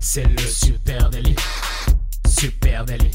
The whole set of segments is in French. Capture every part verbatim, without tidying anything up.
C'est le Super Daily. Super Daily.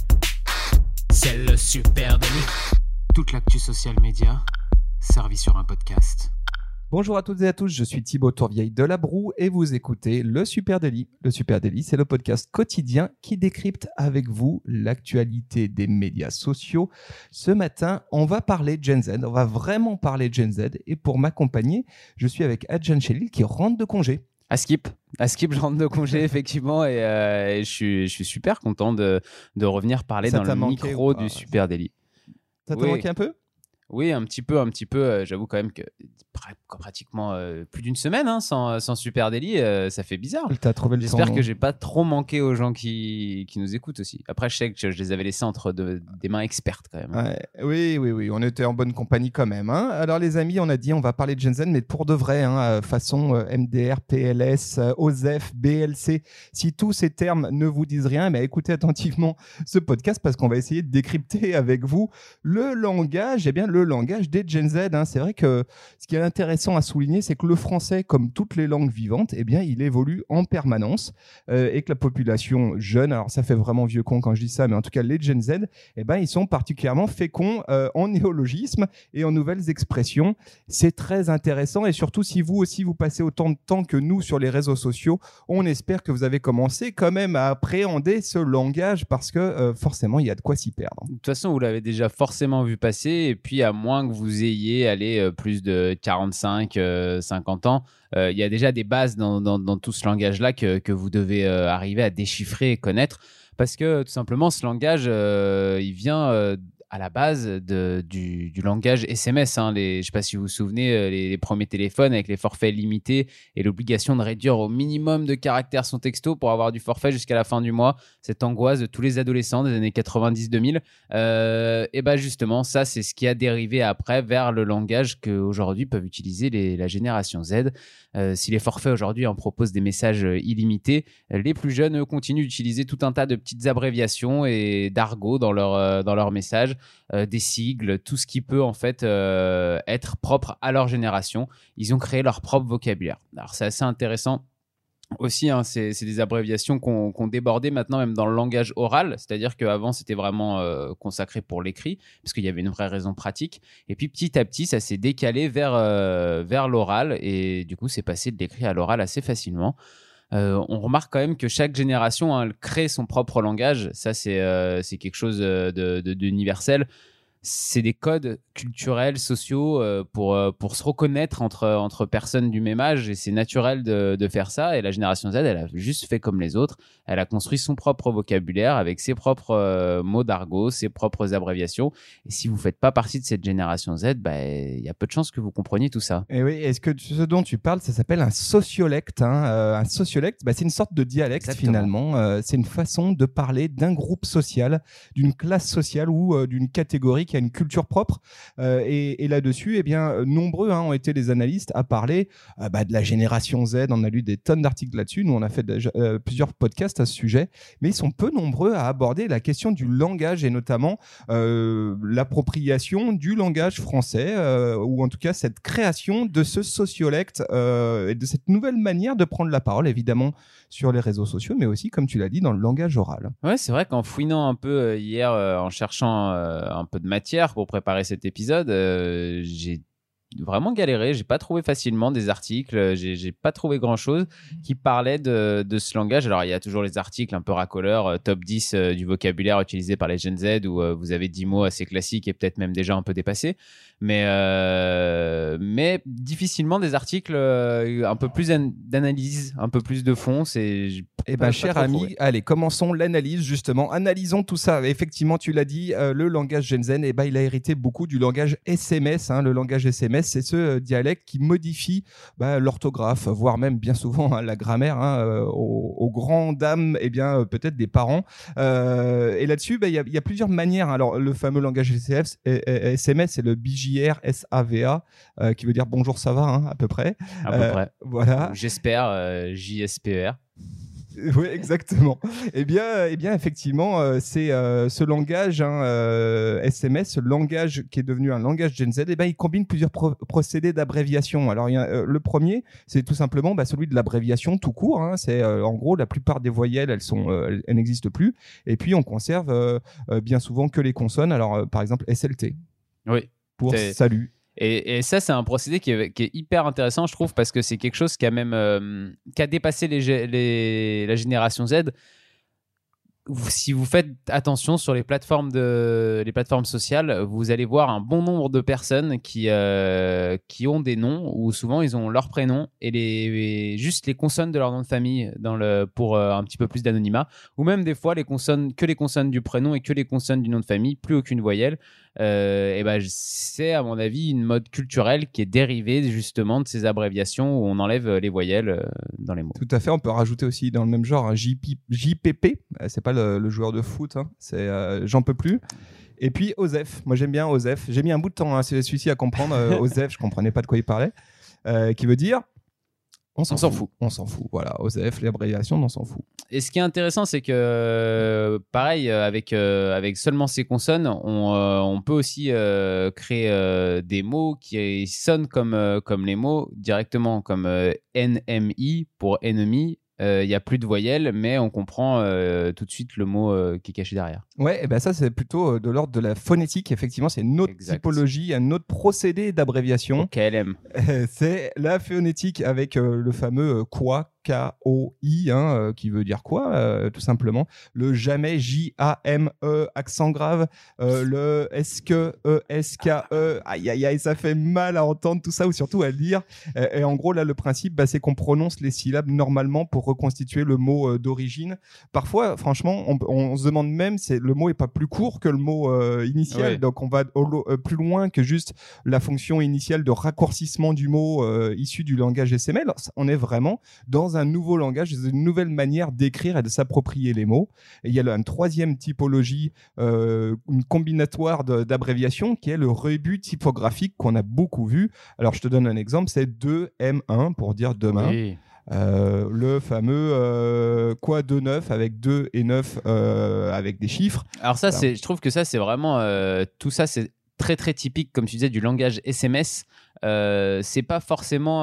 C'est le Super Daily. Toute l'actu social média servie sur un podcast. Bonjour à toutes et à tous, je suis Thibaut Tourvieille de La Broue et vous écoutez le Super Daily. Le Super Daily, c'est le podcast quotidien qui décrypte avec vous l'actualité des médias sociaux. Ce matin, on va parler Gen Z, on va vraiment parler Gen Z et pour m'accompagner, je suis avec Adjan Chelil qui rentre de congé. À Skip, à Skip, je rentre de congé effectivement et, euh, et je, suis, je suis super content de, de revenir parler Ça dans le manqué, micro ou du Super Daily. Ça t'a Oui. manqué un peu ? Oui, un petit peu, un petit peu. Euh, j'avoue quand même que pr- pratiquement euh, plus d'une semaine hein, sans, sans Super Daily, euh, ça fait bizarre. T'as trouvé le J'espère temps, que non j'ai pas trop manqué aux gens qui, qui nous écoutent aussi. Après, je sais que je, je les avais laissés entre de, des mains expertes quand même. Ouais, oui, oui, oui, on était en bonne compagnie quand même. Hein. Alors les amis, on a dit on va parler de Gen Z, mais pour de vrai, hein, façon euh, M D R, P L S, euh, O S E F, B L C. Si tous ces termes ne vous disent rien, mais écoutez attentivement ce podcast parce qu'on va essayer de décrypter avec vous le langage, eh bien le langage des Gen Z. Hein. C'est vrai que ce qui est intéressant à souligner, c'est que le français, comme toutes les langues vivantes, eh bien il évolue en permanence euh, et que la population jeune, alors ça fait vraiment vieux con quand je dis ça, mais en tout cas les Gen Z, eh ben ils sont particulièrement féconds euh, en néologismes et en nouvelles expressions. C'est très intéressant et surtout si vous aussi vous passez autant de temps que nous sur les réseaux sociaux, on espère que vous avez commencé quand même à appréhender ce langage parce que euh, forcément il y a de quoi s'y perdre. De toute façon, vous l'avez déjà forcément vu passer et puis à moins que vous ayez allé euh, plus de quarante-cinq, euh, cinquante ans, euh, il y a déjà des bases dans, dans, dans tout ce langage-là que, que vous devez euh, arriver à déchiffrer et connaître. Parce que tout simplement, ce langage, euh, il vient euh, à la base de, du, du langage S M S. Hein. Les, je ne sais pas si vous vous souvenez, les, les premiers téléphones avec les forfaits limités et l'obligation de réduire au minimum de caractères son texto pour avoir du forfait jusqu'à la fin du mois. Cette angoisse de tous les adolescents des années quatre-vingt-dix deux mille. Euh, et bien justement, ça, c'est ce qui a dérivé après vers le langage qu'aujourd'hui peuvent utiliser les, la génération Z. Euh, si les forfaits aujourd'hui en proposent des messages illimités, les plus jeunes, eux, continuent d'utiliser tout un tas de petites abréviations et d'argot dans leur, euh, dans leurs messages, euh, des sigles, tout ce qui peut en fait euh, être propre à leur génération. Ils ont créé leur propre vocabulaire. Alors c'est assez intéressant. Aussi, hein, c'est, c'est des abréviations qu'on, qu'on débordait maintenant même dans le langage oral, c'est-à-dire qu'avant c'était vraiment euh, consacré pour l'écrit, parce qu'il y avait une vraie raison pratique, et puis petit à petit ça s'est décalé vers, euh, vers l'oral, et du coup c'est passé de l'écrit à l'oral assez facilement. Euh, on remarque quand même que chaque génération hein, crée son propre langage, ça c'est, euh, c'est quelque chose de, de, d'universel. C'est des codes culturels, sociaux euh, pour, euh, pour se reconnaître entre, entre personnes du même âge et c'est naturel de, de faire ça. Et la génération Z, elle a juste fait comme les autres. Elle a construit son propre vocabulaire avec ses propres euh, mots d'argot, ses propres abréviations. Et si vous ne faites pas partie de cette génération Z, bah, il y a peu de chances que vous compreniez tout ça. Et oui, est-ce que ce dont tu parles, ça s'appelle un sociolecte. Hein. Euh, un sociolecte, bah, c'est une sorte de dialecte. Exactement. Finalement. Euh, c'est une façon de parler d'un groupe social, d'une classe sociale ou euh, d'une catégorie qui a une culture propre euh, et, et là-dessus, eh bien, nombreux hein, ont été les analystes à parler euh, bah, de la génération Z. On a lu des tonnes d'articles là-dessus. Nous, on a fait de, euh, plusieurs podcasts à ce sujet, mais ils sont peu nombreux à aborder la question du langage et notamment euh, l'appropriation du langage français euh, ou en tout cas cette création de ce sociolecte euh, et de cette nouvelle manière de prendre la parole, évidemment sur les réseaux sociaux, mais aussi, comme tu l'as dit, dans le langage oral. Ouais, c'est vrai qu'en fouinant un peu hier, euh, en cherchant euh, un peu de matière pour préparer cet épisode, euh, j'ai vraiment galéré. J'ai pas trouvé facilement des articles. J'ai, j'ai pas trouvé grand chose qui parlait de, de ce langage. Alors, il y a toujours les articles un peu racoleurs, euh, top dix euh, du vocabulaire utilisé par les Gen Z où euh, vous avez dix mots assez classiques et peut-être même déjà un peu dépassés. Mais, euh, mais difficilement des articles euh, un peu plus an- d'analyse, un peu plus de fond. C'est, eh ben, cher ami, allez, commençons l'analyse justement. Analysons tout ça. Effectivement, tu l'as dit, euh, le langage Gen Z, eh ben, il a hérité beaucoup du langage S M S. Hein, le langage S M S, c'est ce euh, dialecte qui modifie bah, l'orthographe, voire même bien souvent hein, la grammaire, hein, euh, aux, aux grandes dames, eh bien euh, peut-être des parents. Euh, et là-dessus, bah, il y, y a plusieurs manières. Alors, le fameux langage S M S, c'est le B J R S A V A, euh, qui veut dire bonjour, ça va, hein, à peu près. À peu euh, près. Voilà. J'espère, euh, J S P E R. Oui, exactement. Eh bien, eh bien effectivement, euh, c'est euh, ce langage hein, euh, S M S, ce langage qui est devenu un langage Gen Z, eh ben, il combine plusieurs pro- procédés d'abréviation. Alors, il y a, euh, le premier, c'est tout simplement bah, celui de l'abréviation tout court. Hein. C'est euh, en gros, la plupart des voyelles, elles, sont, euh, elles, elles n'existent plus. Et puis, on conserve euh, euh, bien souvent que les consonnes. Alors, euh, par exemple, S L T. Oui. Pour C'est... salut. Et, et ça, c'est un procédé qui est, qui est hyper intéressant, je trouve, parce que c'est quelque chose qui a même euh, qui a dépassé les, les, la génération Z. Si vous faites attention sur les plateformes, de, les plateformes sociales, vous allez voir un bon nombre de personnes qui, euh, qui ont des noms où souvent ils ont leur prénom et, les, et juste les consonnes de leur nom de famille dans le, pour euh, un petit peu plus d'anonymat. Ou même des fois les consonnes, que les consonnes du prénom et que les consonnes du nom de famille, plus aucune voyelle. Euh, et ben, c'est à mon avis une mode culturelle qui est dérivée justement de ces abréviations où on enlève les voyelles euh, dans les mots. Tout à fait, on peut rajouter aussi dans le même genre un J P P, c'est pas le, le joueur de foot, hein. C'est euh, j'en peux plus. Et puis Osef, moi j'aime bien Osef, j'ai mis un bout de temps, hein, c'est celui-ci à comprendre, euh, Osef, je comprenais pas de quoi il parlait, euh, qui veut dire on s'en, on s'en fout. fout. On s'en fout, voilà, Osef, les abréviations, on s'en fout. Et ce qui est intéressant, c'est que, pareil, avec, euh, avec seulement ces consonnes, on, euh, on peut aussi euh, créer euh, des mots qui sonnent comme, euh, comme les mots directement, comme euh, N M I pour ennemi. Il euh, n'y a plus de voyelles, mais on comprend euh, tout de suite le mot euh, qui est caché derrière. Ouais, et ben ça, c'est plutôt euh, de l'ordre de la phonétique. Effectivement, c'est une autre exact. Typologie, un autre procédé d'abréviation. K L M. C'est la phonétique avec euh, le fameux euh, quoi. K O I, hein, euh, qui veut dire quoi, euh, tout simplement. Le jamais, J A M E, accent grave. Euh, le est-ce que, E S K E, aïe aïe aïe, ça fait mal à entendre tout ça, ou surtout à lire. Euh, et en gros, là, le principe, bah, c'est qu'on prononce les syllabes normalement pour reconstituer le mot euh, d'origine. Parfois, franchement, on, on se demande même si le mot est pas plus court que le mot euh, initial. Ouais. Donc, on va au, euh, plus loin que juste la fonction initiale de raccourcissement du mot euh, issu du langage S M L. On est vraiment dans un nouveau langage, une nouvelle manière d'écrire et de s'approprier les mots. Et il y a une troisième typologie, euh, une combinatoire de, d'abréviation qui est le rebut typographique qu'on a beaucoup vu. Alors, je te donne un exemple, c'est deux M un pour dire demain. Oui. Euh, le fameux euh, quoi deux neuf avec deux et neuf euh, avec des chiffres. Alors ça, c'est, je trouve que ça, c'est vraiment... Euh, tout ça, c'est très très typique, comme tu disais, du langage S M S. Euh, c'est pas forcément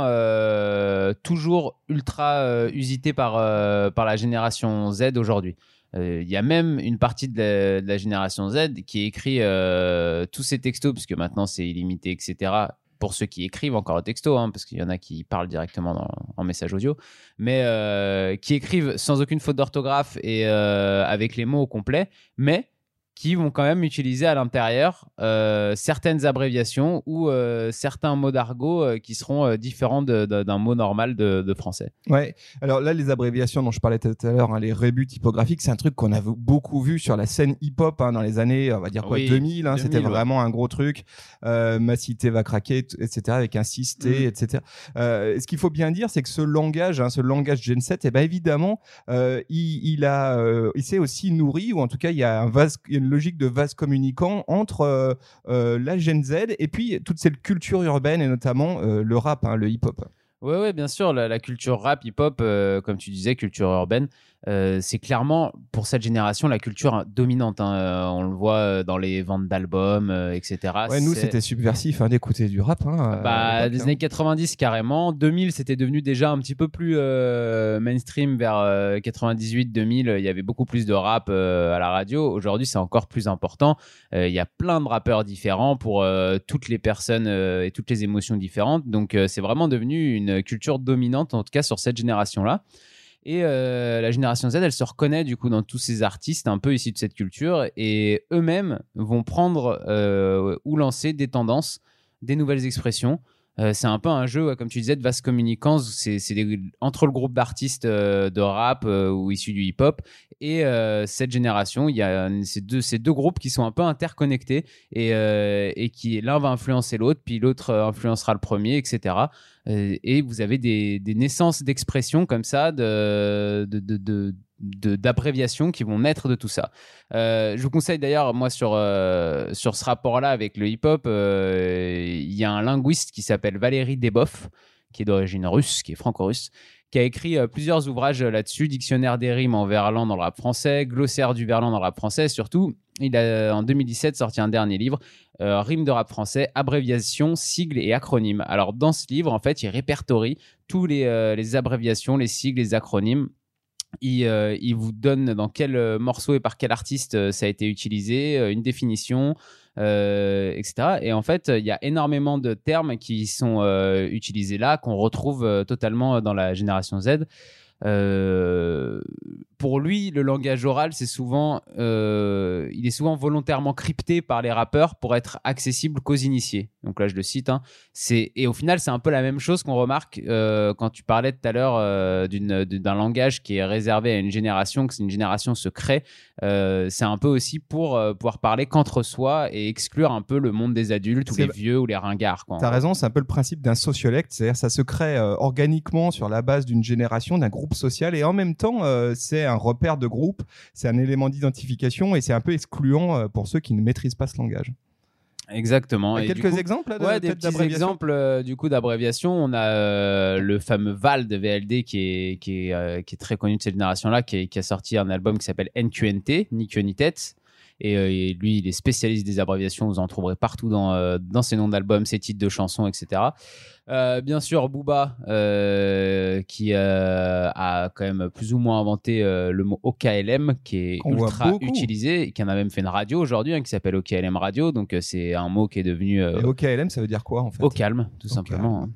euh, toujours ultra euh, usité par, euh, par la génération Z aujourd'hui. Il euh, y a même une partie de la, de la génération Z qui écrit euh, tous ces textos, puisque maintenant c'est illimité, et cetera, pour ceux qui écrivent encore au texto, hein, parce qu'il y en a qui parlent directement dans, en message audio, mais euh, qui écrivent sans aucune faute d'orthographe et euh, avec les mots au complet, mais qui vont quand même utiliser à l'intérieur euh, certaines abréviations ou euh, certains mots d'argot euh, qui seront euh, différents de, de, d'un mot normal de, de français. Ouais. Alors là, les abréviations dont je parlais tout à l'heure, hein, les rebuts typographiques, c'est un truc qu'on a beaucoup vu sur la scène hip-hop hein, dans les années, on va dire quoi, oui, deux mille. Hein, deux mille c'était ouais. vraiment un gros truc. Euh, Ma cité va craquer, et cetera. Avec un six T, mmh. et cetera. Euh, ce qu'il faut bien dire, c'est que ce langage, hein, ce langage Gen sept, eh ben évidemment, euh, il, il a, euh, il s'est aussi nourri, ou en tout cas, il y a un vase, il y a une logique de vase communicant entre euh, euh, la Gen Z et puis toute cette culture urbaine et notamment euh, le rap, hein, le hip-hop. Oui, ouais, bien sûr, la, la culture rap, hip-hop, euh, comme tu disais, culture urbaine, euh, c'est clairement, pour cette génération, la culture dominante. Hein. Euh, on le voit dans les ventes d'albums, euh, et cetera. Ouais, nous, c'est... c'était subversif hein, d'écouter du rap. Hein, bah, des hein. années quatre-vingt-dix, carrément. deux mille, c'était devenu déjà un petit peu plus euh, mainstream. Vers euh, quatre-vingt-dix-huit deux mille, il y avait beaucoup plus de rap euh, à la radio. Aujourd'hui, c'est encore plus important. Euh, il y a plein de rappeurs différents pour euh, toutes les personnes euh, et toutes les émotions différentes. Donc, euh, c'est vraiment devenu une culture dominante, en tout cas sur cette génération-là. Et euh, la génération Z, elle se reconnaît du coup dans tous ces artistes un peu issus de cette culture et eux-mêmes vont prendre euh, ou lancer des tendances, des nouvelles expressions. Euh, c'est un peu un jeu, ouais, comme tu disais, de vase communicants. C'est, c'est des, entre le groupe d'artistes euh, de rap euh, ou issus du hip-hop et euh, cette génération, il y a ces deux, ces deux groupes qui sont un peu interconnectés et, euh, et qui l'un va influencer l'autre, puis l'autre euh, influencera le premier, et cetera. Euh, et vous avez des, des naissances d'expressions comme ça, de, de, de, de De, d'abréviations qui vont naître de tout ça. Euh, je vous conseille d'ailleurs, moi, sur, euh, sur ce rapport-là avec le hip-hop, il euh, y a un linguiste qui s'appelle Valérie Deboff, qui est d'origine russe, qui est franco-russe, qui a écrit euh, plusieurs ouvrages là-dessus, Dictionnaire des rimes en verlan dans le rap français, Glossaire du verlan dans le rap français. Surtout, il a en deux mille dix-sept sorti un dernier livre, euh, Rimes de rap français, abréviations, sigles et acronymes. Alors dans ce livre, en fait, il répertorie tous les, euh, les abréviations, les sigles, les acronymes. Il, euh, il vous donne dans quel euh, morceau et par quel artiste euh, ça a été utilisé, euh, une définition, euh, et cetera. Et en fait, il y a énormément de termes qui sont euh, utilisés là, qu'on retrouve euh, totalement dans la génération Z. Euh, pour lui, le langage oral, c'est souvent, euh, il est souvent volontairement crypté par les rappeurs pour être accessible qu'aux initiés. Donc là, je le cite. Hein. C'est, et au final, c'est un peu la même chose qu'on remarque euh, quand tu parlais tout à l'heure euh, d'une, d'un langage qui est réservé à une génération, que c'est une génération se crée. Euh, c'est un peu aussi pour euh, pouvoir parler qu'entre soi et exclure un peu le monde des adultes ou c'est les le... vieux ou les ringards. Tu as raison, c'est un peu le principe d'un sociolecte, c'est-à-dire ça se crée euh, organiquement sur la base d'une génération, d'un groupe social, et en même temps, euh, c'est un repère de groupe, c'est un élément d'identification, et c'est un peu excluant euh, pour ceux qui ne maîtrisent pas ce langage. Exactement. Et quelques coup, exemples là, de, ouais, des petits exemples euh, du coup d'abréviation. On a euh, le fameux Val de V L D qui est qui est euh, qui est très connu de cette génération-là, qui, est, qui a sorti un album qui s'appelle N Q N T, ni queue ni tête. Et, euh, et lui, il est spécialiste des abréviations. Vous en trouverez partout dans euh, dans ses noms d'albums, ses titres de chansons, et cetera. Euh, bien sûr, Booba, euh, qui euh, a quand même plus ou moins inventé euh, le mot O K L M, qui est Qu'on ultra utilisé, et qui en a même fait une radio aujourd'hui, hein, qui s'appelle O K L M Radio. Donc, euh, c'est un mot qui est devenu... Euh, et O K L M, ça veut dire quoi, en fait ? Au calme, tout Au simplement. calme.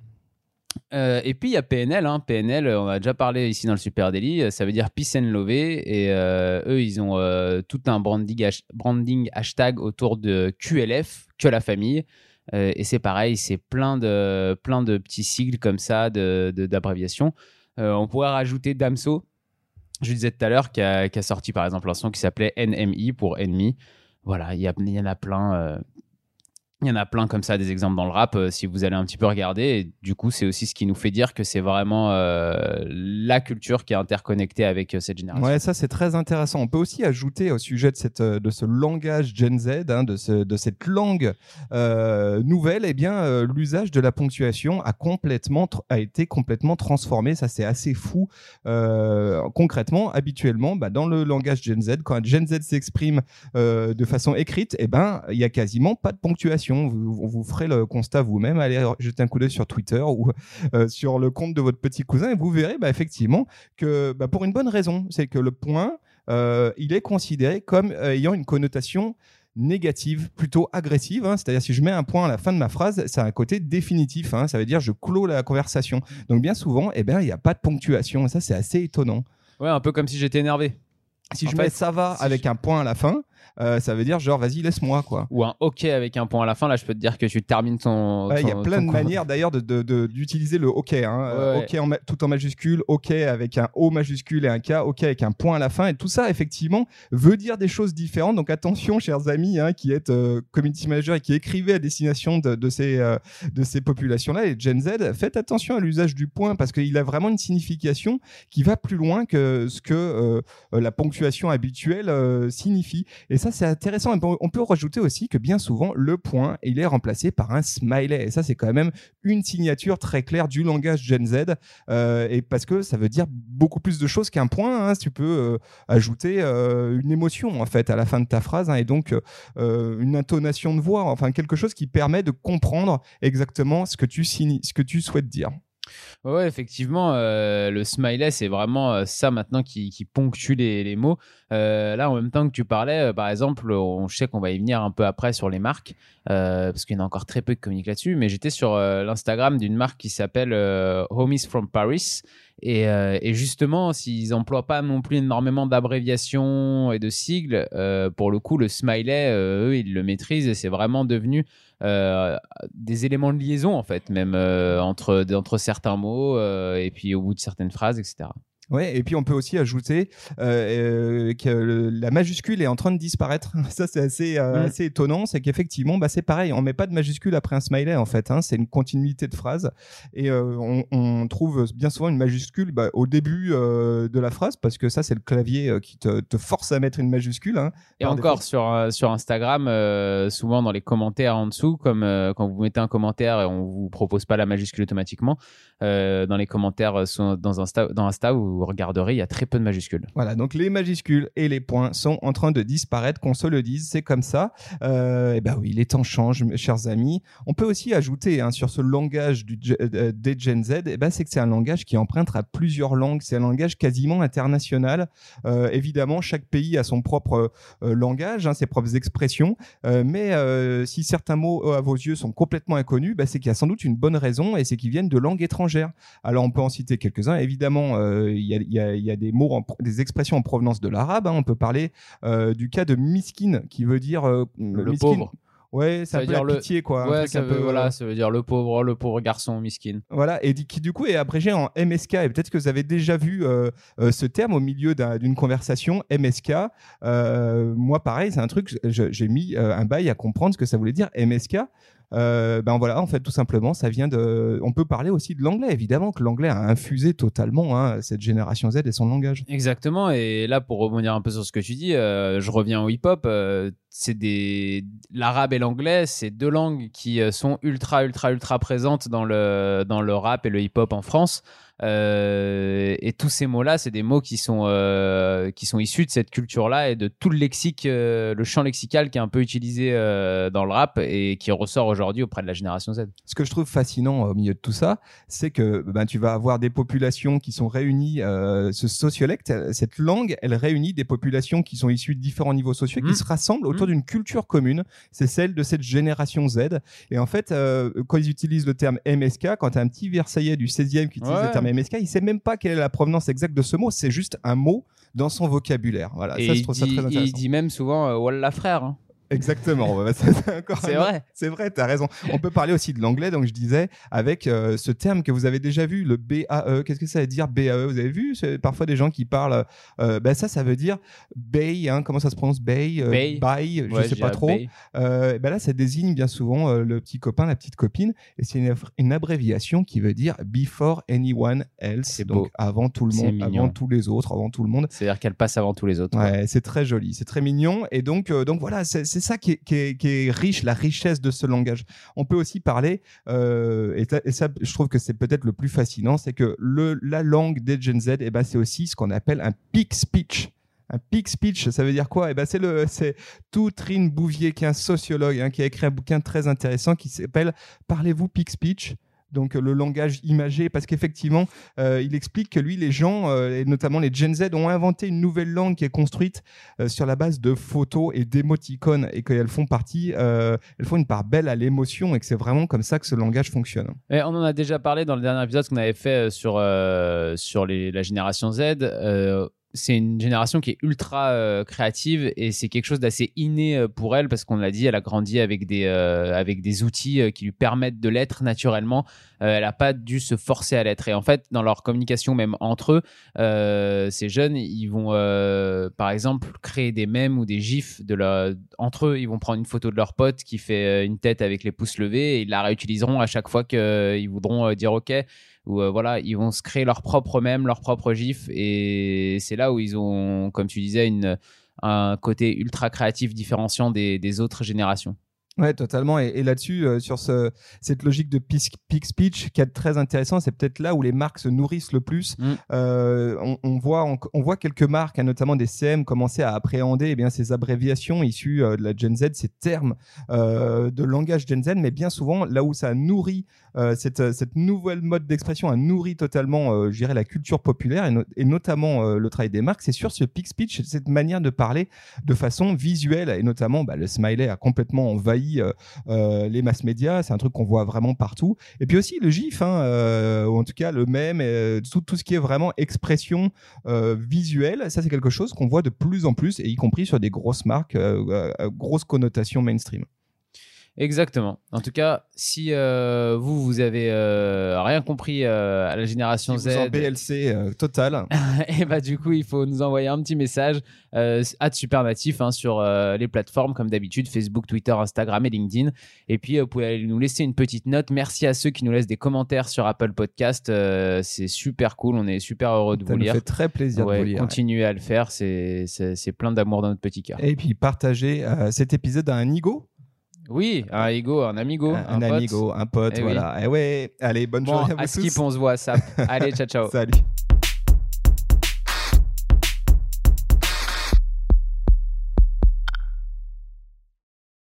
Euh, et puis, il y a P N L. Hein. P N L, on a déjà parlé ici dans le Super Daily. Ça veut dire Peace and Love. Et euh, eux, ils ont euh, tout un branding, hash- branding hashtag autour de Q L F, que la famille. Euh, et c'est pareil, c'est plein de, plein de petits sigles comme ça, de, de, d'abréviations. Euh, on pourrait rajouter Damso, je disais tout à l'heure, qui a, qui a sorti par exemple un son qui s'appelait N M I pour ennemi. Voilà, il y, y en a plein. Euh, il y en a plein comme ça, des exemples dans le rap, euh, si vous allez un petit peu regarder. Et du coup, c'est aussi ce qui nous fait dire que c'est vraiment euh, la culture qui est interconnectée avec euh, cette génération. Ouais, ça c'est très intéressant. On peut aussi ajouter au sujet de, cette, de ce langage Gen Z, hein, de, ce, de cette langue euh, nouvelle, eh bien, euh, l'usage de la ponctuation a, complètement, a été complètement transformé. Ça, c'est assez fou. Euh, concrètement, habituellement, bah, dans le langage Gen Z, quand un Gen Z s'exprime euh, de façon écrite, eh ben, il n'y a quasiment pas de ponctuation. Vous, vous ferez le constat vous-même, allez jeter un coup d'œil sur Twitter ou euh, sur le compte de votre petit cousin et vous verrez bah, effectivement que bah, pour une bonne raison, c'est que le point, euh, il est considéré comme euh, ayant une connotation négative, plutôt agressive. Hein. C'est-à-dire si je mets un point à la fin de ma phrase, ça a un côté définitif. Hein. Ça veut dire je clôt la conversation. Donc bien souvent, eh ben, il n'y a pas de ponctuation. Et ça, c'est assez étonnant. Ouais, un peu comme si j'étais énervé. Si en je fait, mets ça va si avec je... un point à la fin, euh, ça veut dire genre vas-y laisse-moi quoi. Ou un OK avec un point à la fin, là je peux te dire que tu termines ton. Il ouais, y a plein de con... manières d'ailleurs de, de, de, d'utiliser le OK. Hein. Ouais, OK en ma... tout en majuscule, OK avec un O majuscule et un K, OK avec un point à la fin. Et tout ça effectivement veut dire des choses différentes. Donc attention chers amis hein, qui êtes euh, community manager et qui écrivez à destination de, de, ces, euh, de ces populations-là, les Gen Z, faites attention à l'usage du point parce qu'il a vraiment une signification qui va plus loin que ce que euh, la ponctuation habituelle euh, signifie. Et ça c'est intéressant. On peut rajouter aussi que bien souvent, le point, il est remplacé par un smiley. Et ça, c'est quand même une signature très claire du langage Gen Z. Euh, et parce que ça veut dire beaucoup plus de choses qu'un point. Hein. Tu peux euh, ajouter euh, une émotion, en fait, à la fin de ta phrase. Hein, et donc, euh, une intonation de voix. Enfin, quelque chose qui permet de comprendre exactement ce que tu, signes, ce que tu souhaites dire. Ouais, effectivement, euh, le smiley, c'est vraiment euh, ça maintenant qui, qui ponctue les, les mots. Euh, là, en même temps que tu parlais, euh, par exemple, on, je sais qu'on va y venir un peu après sur les marques, euh, parce qu'il y en a encore très peu qui communiquent là-dessus, mais j'étais sur euh, l'Instagram d'une marque qui s'appelle euh, Homies from Paris. Et, euh, et justement, s'ils n'emploient pas non plus énormément d'abréviations et de sigles, euh, pour le coup, le smiley, euh, eux, ils le maîtrisent et c'est vraiment devenu euh, des éléments de liaison, en fait, même euh, entre, entre certains mots euh, et puis au bout de certaines phrases, et cetera. Ouais, et puis on peut aussi ajouter euh, euh, que le, la majuscule est en train de disparaître. Ça, c'est assez, euh, mmh. assez étonnant. C'est qu'effectivement, bah, c'est pareil. On met pas de majuscule après un smiley, en fait. Hein. C'est une continuité de phrase. Et euh, on, on trouve bien souvent une majuscule bah, au début euh, de la phrase, parce que ça, c'est le clavier euh, qui te, te force à mettre une majuscule. Hein, et encore, sur, euh, sur Instagram, euh, souvent dans les commentaires en dessous, comme euh, quand vous mettez un commentaire et on vous propose pas la majuscule automatiquement, euh, dans les commentaires sur, dans Insta, dans Insta, vous regarderez, il y a très peu de majuscules. Voilà, donc les majuscules et les points sont en train de disparaître, qu'on se le dise, c'est comme ça. Euh, et ben oui, les temps changent, mes chers amis. On peut aussi ajouter hein, sur ce langage du, euh, des Gen Z, et ben c'est que c'est un langage qui emprunte à plusieurs langues. C'est un langage quasiment international. Euh, évidemment, chaque pays a son propre euh, langage, hein, ses propres expressions. Euh, mais euh, si certains mots à vos yeux sont complètement inconnus, ben c'est qu'il y a sans doute une bonne raison, et c'est qu'ils viennent de langues étrangères. Alors on peut en citer quelques-uns. Évidemment, euh, il y a, il y a il y a des mots, en, des expressions en provenance de l'arabe. Hein. On peut parler euh, du cas de miskin, qui veut dire euh, le miskin. pauvre. Ouais, c'est un peu la le... pitié, quoi. Ouais, un truc ça, un veut, peu, voilà, ça veut dire le pauvre, le pauvre garçon miskin. Voilà, et qui du coup est abrégé en M S K. Et peut-être que vous avez déjà vu euh, euh, ce terme au milieu d'un, d'une conversation, M S K. Euh, moi, pareil, c'est un truc, je, j'ai mis euh, un bail à comprendre ce que ça voulait dire, M S K. Euh, ben voilà, en fait, tout simplement, ça vient de. On peut parler aussi de l'anglais, évidemment, que l'anglais a infusé totalement hein, cette génération Z et son langage. Exactement. Et là, pour rebondir un peu sur ce que tu dis, euh, je reviens au hip-hop. Euh, c'est des l'arabe et l'anglais, c'est deux langues qui sont ultra, ultra, ultra présentes dans le dans le rap et le hip-hop en France. Euh, et tous ces mots-là, c'est des mots qui sont euh, qui sont issus de cette culture-là et de tout le lexique, euh, le champ lexical qui est un peu utilisé euh, dans le rap et qui ressort aujourd'hui auprès de la génération Z. Ce que je trouve fascinant au milieu de tout ça, c'est que ben tu vas avoir des populations qui sont réunies. Euh, ce sociolecte, cette langue, elle réunit des populations qui sont issues de différents niveaux sociaux, mmh. qui se rassemblent autour mmh. d'une culture commune. C'est celle de cette génération Z. Et en fait, euh, quand ils utilisent le terme M S K, quand tu as un petit Versaillais du seizième qui utilise ouais. le terme M S K, il sait même pas quelle est la provenance exacte de ce mot. C'est juste un mot dans son vocabulaire. Voilà, et ça, je trouve dit, ça très intéressant. Il dit même souvent euh, Wallah frère. Hein. Exactement. c'est encore c'est un... vrai. C'est vrai, tu as raison. On peut parler aussi de l'anglais, donc je disais, avec euh, ce terme que vous avez déjà vu, le B A E. Qu'est-ce que ça veut dire B A E? Vous avez vu c'est parfois des gens qui parlent. Euh, ben ça, ça veut dire bay. Hein, comment ça se prononce bay, euh, bay. Bye, je ouais, sais pas trop. Euh, ben là, ça désigne bien souvent euh, le petit copain, la petite copine. Et c'est une, une abréviation qui veut dire before anyone else. C'est donc beau. avant tout le c'est monde, mignon. avant tous les autres, avant tout le monde. C'est-à-dire qu'elle passe avant tous les autres. Ouais, ouais. c'est très joli, c'est très mignon. Et donc, euh, donc voilà, c'est, c'est ça qui est, qui est qui est riche, la richesse de ce langage. On peut aussi parler, euh, et, et ça, je trouve que c'est peut-être le plus fascinant, c'est que le, la langue des Gen Z, eh ben, c'est aussi ce qu'on appelle un peak speech. Un peak speech, ça veut dire quoi? Eh ben, c'est le, c'est Toutrine Bouvier, qui est un sociologue, hein, qui a écrit un bouquin très intéressant qui s'appelle Parlez-vous peak speech? Donc le langage imagé, parce qu'effectivement, euh, il explique que lui, les gens, euh, et notamment les Gen Z, ont inventé une nouvelle langue qui est construite euh, sur la base de photos et d'émoticônes, et qu'elles font partie, euh, elles font une part belle à l'émotion, et que c'est vraiment comme ça que ce langage fonctionne. Et on en a déjà parlé dans le dernier épisode qu'on avait fait sur euh, sur les, la génération Z. Euh, c'est une génération qui est ultra euh, créative et c'est quelque chose d'assez inné euh, pour elle parce qu'on l'a dit, elle a grandi avec des, euh, avec des outils euh, qui lui permettent de l'être naturellement. Euh, elle n'a pas dû se forcer à l'être. Et en fait, dans leur communication, même entre eux, euh, ces jeunes, ils vont euh, par exemple créer des mèmes ou des gifs de leur... entre eux. Ils vont prendre une photo de leur pote qui fait une tête avec les pouces levés et ils la réutiliseront à chaque fois qu'ils voudront dire OK. Où euh, voilà, ils vont se créer leur propre mème, leur propre gif, et c'est là où ils ont, comme tu disais, une, un côté ultra créatif différenciant des, des autres générations. Ouais, totalement. Et, et là-dessus, euh, sur ce, cette logique de peak, peak speech, qui est très intéressant, c'est peut-être là où les marques se nourrissent le plus. Mm. Euh, on, on voit, on, on voit quelques marques, hein, notamment des C M, commencer à appréhender eh bien ces abréviations issues euh, de la Gen Z, ces termes euh, de langage Gen Z, mais bien souvent là où ça nourrit euh, cette, cette nouvelle mode d'expression, a nourri totalement, euh, je dirais, la culture populaire et, no- et notamment euh, le travail des marques. C'est sur ce peak speech, cette manière de parler de façon visuelle, et notamment bah, le smiley a complètement envahi Euh, euh, les mass médias, c'est un truc qu'on voit vraiment partout. Et puis aussi le gif, hein, euh, ou en tout cas le mème, euh, tout, tout ce qui est vraiment expression euh, visuelle, ça c'est quelque chose qu'on voit de plus en plus, et y compris sur des grosses marques, euh, euh, grosses connotations mainstream. Exactement. En tout cas, si euh, vous, vous avez euh, rien compris euh, à la génération si Z, vous en B L C euh, total, et bah du coup, il faut nous envoyer un petit message euh, à Supernatif hein, sur euh, les plateformes comme d'habitude, Facebook, Twitter, Instagram et LinkedIn. Et puis, euh, vous pouvez aller nous laisser une petite note. Merci à ceux qui nous laissent des commentaires sur Apple Podcast. Euh, c'est super cool. On est super heureux de ça vous nous lire. fait très plaisir Ouais, de vous lire. continuez à le faire. C'est, c'est, c'est plein d'amour dans notre petit cœur. Et puis partagez euh, cet épisode à un Igo. Oui, un ego, un amigo, un, un, un pote. amigo, un pote, Eh voilà. oui. Et ouais, allez, bonne Bon, journée à vous à tous. Skip, on se voit à S A P. Allez, ciao, ciao. Salut.